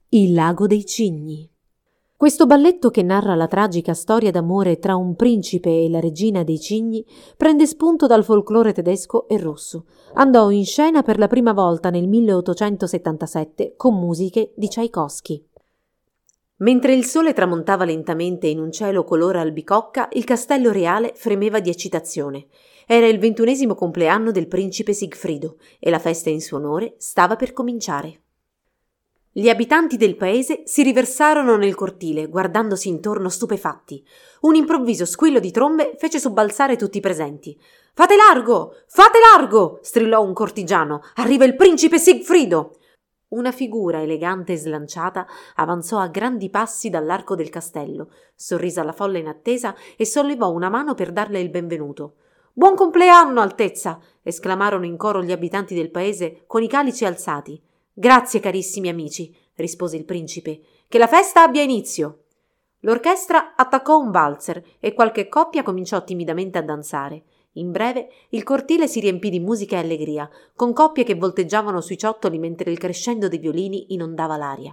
Il lago dei cigni. Questo balletto, che narra la tragica storia d'amore tra un principe e la regina dei cigni, prende spunto dal folklore tedesco e russo. Andò in scena per la prima volta nel 1877 con musiche di Tchaikovsky. Mentre il sole tramontava lentamente in un cielo color albicocca, il castello reale fremeva di eccitazione. Era il 21° compleanno del principe Sigfrido e la festa in suo onore stava per cominciare. Gli abitanti del paese si riversarono nel cortile, guardandosi intorno stupefatti. Un improvviso squillo di trombe fece sobbalzare tutti i presenti. «Fate largo! Fate largo!» strillò un cortigiano. «Arriva il principe Sigfrido!» Una figura elegante e slanciata avanzò a grandi passi dall'arco del castello, sorrise alla folla in attesa e sollevò una mano per darle il benvenuto. «Buon compleanno, Altezza!» esclamarono in coro gli abitanti del paese con i calici alzati. «Grazie, carissimi amici», rispose il principe. «Che la festa abbia inizio». L'orchestra attaccò un valzer e qualche coppia cominciò timidamente a danzare. In breve il cortile si riempì di musica e allegria, con coppie che volteggiavano sui ciottoli mentre il crescendo dei violini inondava l'aria.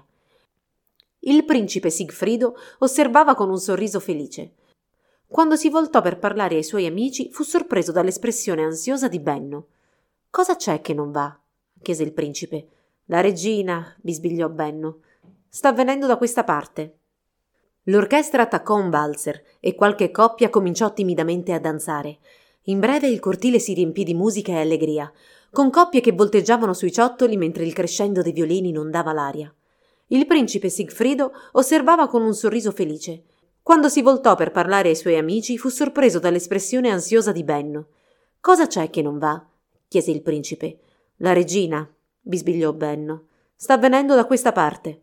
Il principe Sigfrido osservava con un sorriso felice. Quando si voltò per parlare ai suoi amici, fu sorpreso dall'espressione ansiosa di Benno. «Cosa c'è che non va?» chiese il principe. «La regina», bisbigliò Benno, «sta venendo da questa parte». L'orchestra attaccò un valzer e qualche coppia cominciò timidamente a danzare. In breve il cortile si riempì di musica e allegria, con coppie che volteggiavano sui ciottoli mentre il crescendo dei violini inondava l'aria. Il principe Sigfrido osservava con un sorriso felice. Quando si voltò per parlare ai suoi amici, fu sorpreso dall'espressione ansiosa di Benno. «Cosa c'è che non va?» chiese il principe. «La regina», bisbigliò Benno, «sta venendo da questa parte».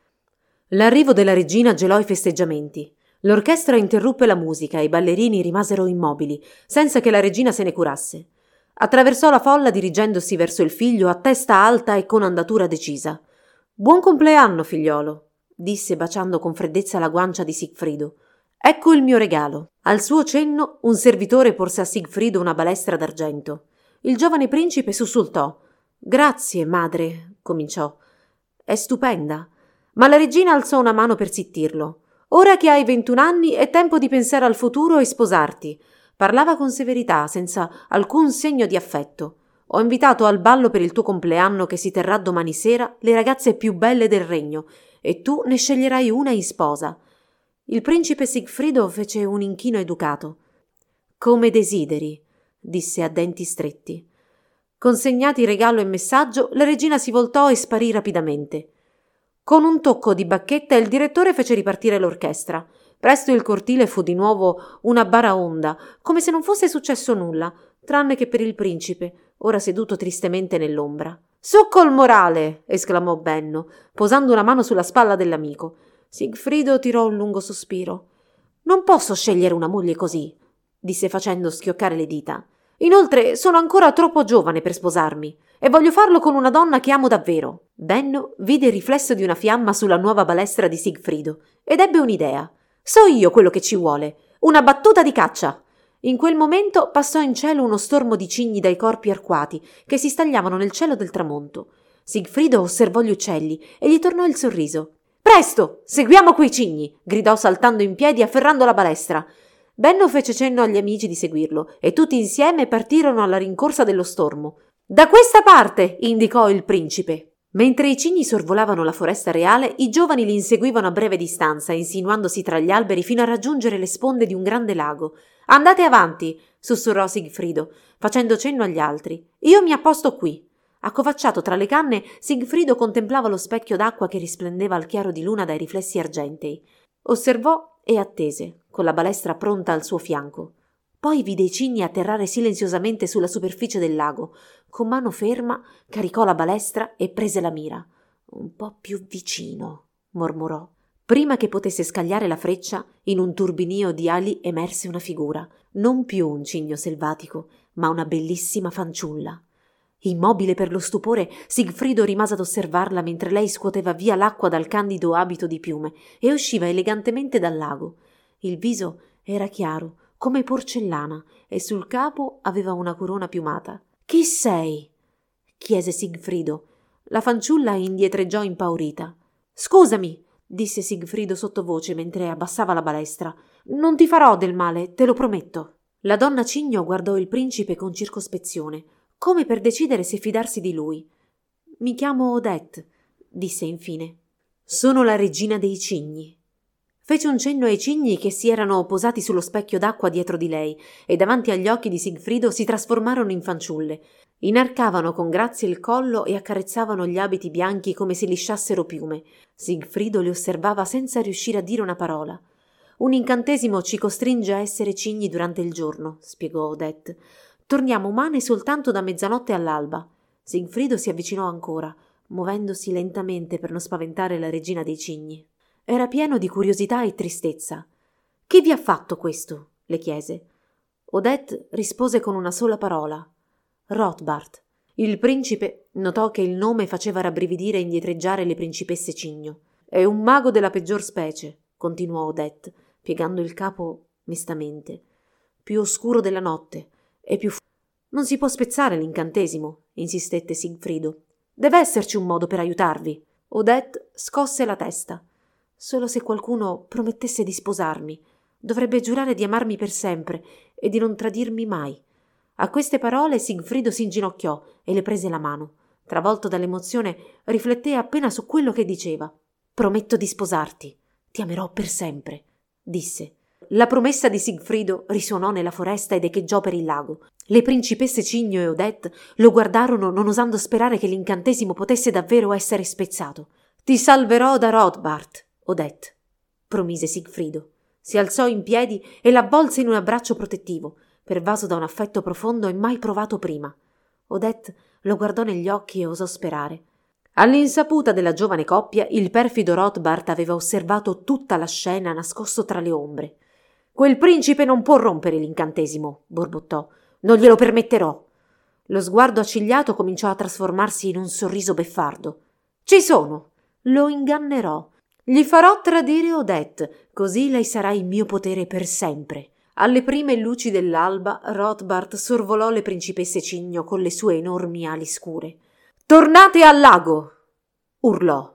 L'arrivo della regina gelò i festeggiamenti. L'orchestra interruppe la musica e i ballerini rimasero immobili, senza che la regina se ne curasse. Attraversò la folla dirigendosi verso il figlio a testa alta e con andatura decisa. «Buon compleanno, figliolo», disse baciando con freddezza la guancia di Sigfrido. «Ecco il mio regalo». Al suo cenno un servitore porse a Sigfrido una balestra d'argento. Il giovane principe sussultò. «Grazie, madre», cominciò. «È stupenda». Ma la regina alzò una mano per zittirlo. «Ora che hai 21 anni è tempo di pensare al futuro e sposarti». Parlava con severità, senza alcun segno di affetto. «Ho invitato al ballo per il tuo compleanno che si terrà domani sera le ragazze più belle del regno e tu ne sceglierai una in sposa». Il principe Sigfrido fece un inchino educato. «Come desideri», disse a denti stretti. Consegnati regalo e messaggio, la regina si voltò e sparì rapidamente. Con un tocco di bacchetta il direttore fece ripartire l'orchestra. Presto il cortile fu di nuovo una baraonda, come se non fosse successo nulla, tranne che per il principe, ora seduto tristemente nell'ombra. «Su col morale!» esclamò Benno, posando una mano sulla spalla dell'amico. Sigfrido tirò un lungo sospiro. «Non posso scegliere una moglie così», disse facendo schioccare le dita. «Inoltre sono ancora troppo giovane per sposarmi e voglio farlo con una donna che amo davvero». Benno vide il riflesso di una fiamma sulla nuova balestra di Sigfrido ed ebbe un'idea. «So io quello che ci vuole, una battuta di caccia». In quel momento passò in cielo uno stormo di cigni dai corpi arcuati che si stagliavano nel cielo del tramonto. Sigfrido osservò gli uccelli e gli tornò il sorriso. «Presto, seguiamo quei cigni!» gridò saltando in piedi e afferrando la balestra. Benno fece cenno agli amici di seguirlo e tutti insieme partirono alla rincorsa dello stormo. «Da questa parte!» indicò il principe. Mentre i cigni sorvolavano la foresta reale, i giovani li inseguivano a breve distanza, insinuandosi tra gli alberi fino a raggiungere le sponde di un grande lago. «Andate avanti!» sussurrò Sigfrido, facendo cenno agli altri. «Io mi apposto qui». Accovacciato tra le canne, Sigfrido contemplava lo specchio d'acqua che risplendeva al chiaro di luna dai riflessi argentei. Osservò e attese, con la balestra pronta al suo fianco. Poi vide i cigni atterrare silenziosamente sulla superficie del lago. Con mano ferma caricò la balestra e prese la mira. «Un po' più vicino», mormorò. Prima che potesse scagliare la freccia, in un turbinio di ali emerse una figura, non più un cigno selvatico, ma una bellissima fanciulla. Immobile per lo stupore, Sigfrido rimase ad osservarla mentre lei scuoteva via l'acqua dal candido abito di piume e usciva elegantemente dal lago. Il viso era chiaro, come porcellana, e sul capo aveva una corona piumata. «Chi sei?» chiese Sigfrido. La fanciulla indietreggiò impaurita. Scusami, disse Sigfrido sottovoce mentre abbassava la balestra. Non ti farò del male, te lo prometto. La donna cigno guardò il principe con circospezione, come per decidere se fidarsi di lui. Mi chiamo Odette, disse infine. Sono la regina dei cigni. Fece un cenno ai cigni che si erano posati sullo specchio d'acqua dietro di lei e davanti agli occhi di Sigfrido si trasformarono in fanciulle. Inarcavano con grazia il collo e accarezzavano gli abiti bianchi come se lisciassero piume. Sigfrido le osservava senza riuscire a dire una parola. Un incantesimo ci costringe a essere cigni durante il giorno, spiegò Odette. Torniamo umane soltanto da mezzanotte all'alba. Sigfrido si avvicinò ancora, muovendosi lentamente per non spaventare la regina dei cigni. Era pieno di curiosità e tristezza. Chi vi ha fatto questo? Le chiese. Odette rispose con una sola parola. Rothbart. Il principe notò che il nome faceva rabbrividire e indietreggiare le principesse cigno. È un mago della peggior specie, continuò Odette, piegando il capo mestamente. Più oscuro della notte e più... Non si può spezzare l'incantesimo, insistette Sigfrido. Deve esserci un modo per aiutarvi. Odette scosse la testa. Solo se qualcuno promettesse di sposarmi. Dovrebbe giurare di amarmi per sempre e di non tradirmi mai. A queste parole Sigfrido si inginocchiò e le prese la mano. Travolto dall'emozione, rifletté appena su quello che diceva. Prometto di sposarti. Ti amerò per sempre, disse. La promessa di Sigfrido risuonò nella foresta ed echeggiò per il lago. Le principesse Cigno e Odette lo guardarono non osando sperare che l'incantesimo potesse davvero essere spezzato. Ti salverò da Rothbart, Odette, promise Sigfrido. Si alzò in piedi e l'avvolse in un abbraccio protettivo, pervaso da un affetto profondo e mai provato prima. Odette lo guardò negli occhi e osò sperare. All'insaputa della giovane coppia, il perfido Rothbart aveva osservato tutta la scena nascosto tra le ombre. «Quel principe non può rompere l'incantesimo», borbottò. «Non glielo permetterò». Lo sguardo accigliato cominciò a trasformarsi in un sorriso beffardo. «Ci sono! Lo ingannerò. Gli farò tradire Odette, così lei sarà in mio potere per sempre». Alle prime luci dell'alba, Rothbart sorvolò le principesse Cigno con le sue enormi ali scure. «Tornate al lago!» urlò.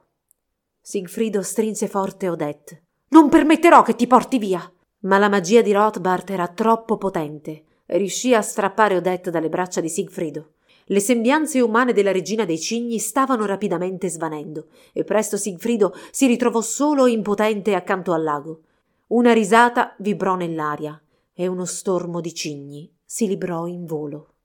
Sigfrido strinse forte Odette. «Non permetterò che ti porti via!» Ma la magia di Rothbart era troppo potente. Riuscì a strappare Odette dalle braccia di Sigfrido. Le sembianze umane della regina dei cigni stavano rapidamente svanendo e presto Sigfrido si ritrovò solo e impotente accanto al lago. Una risata vibrò nell'aria e uno stormo di cigni si librò in volo.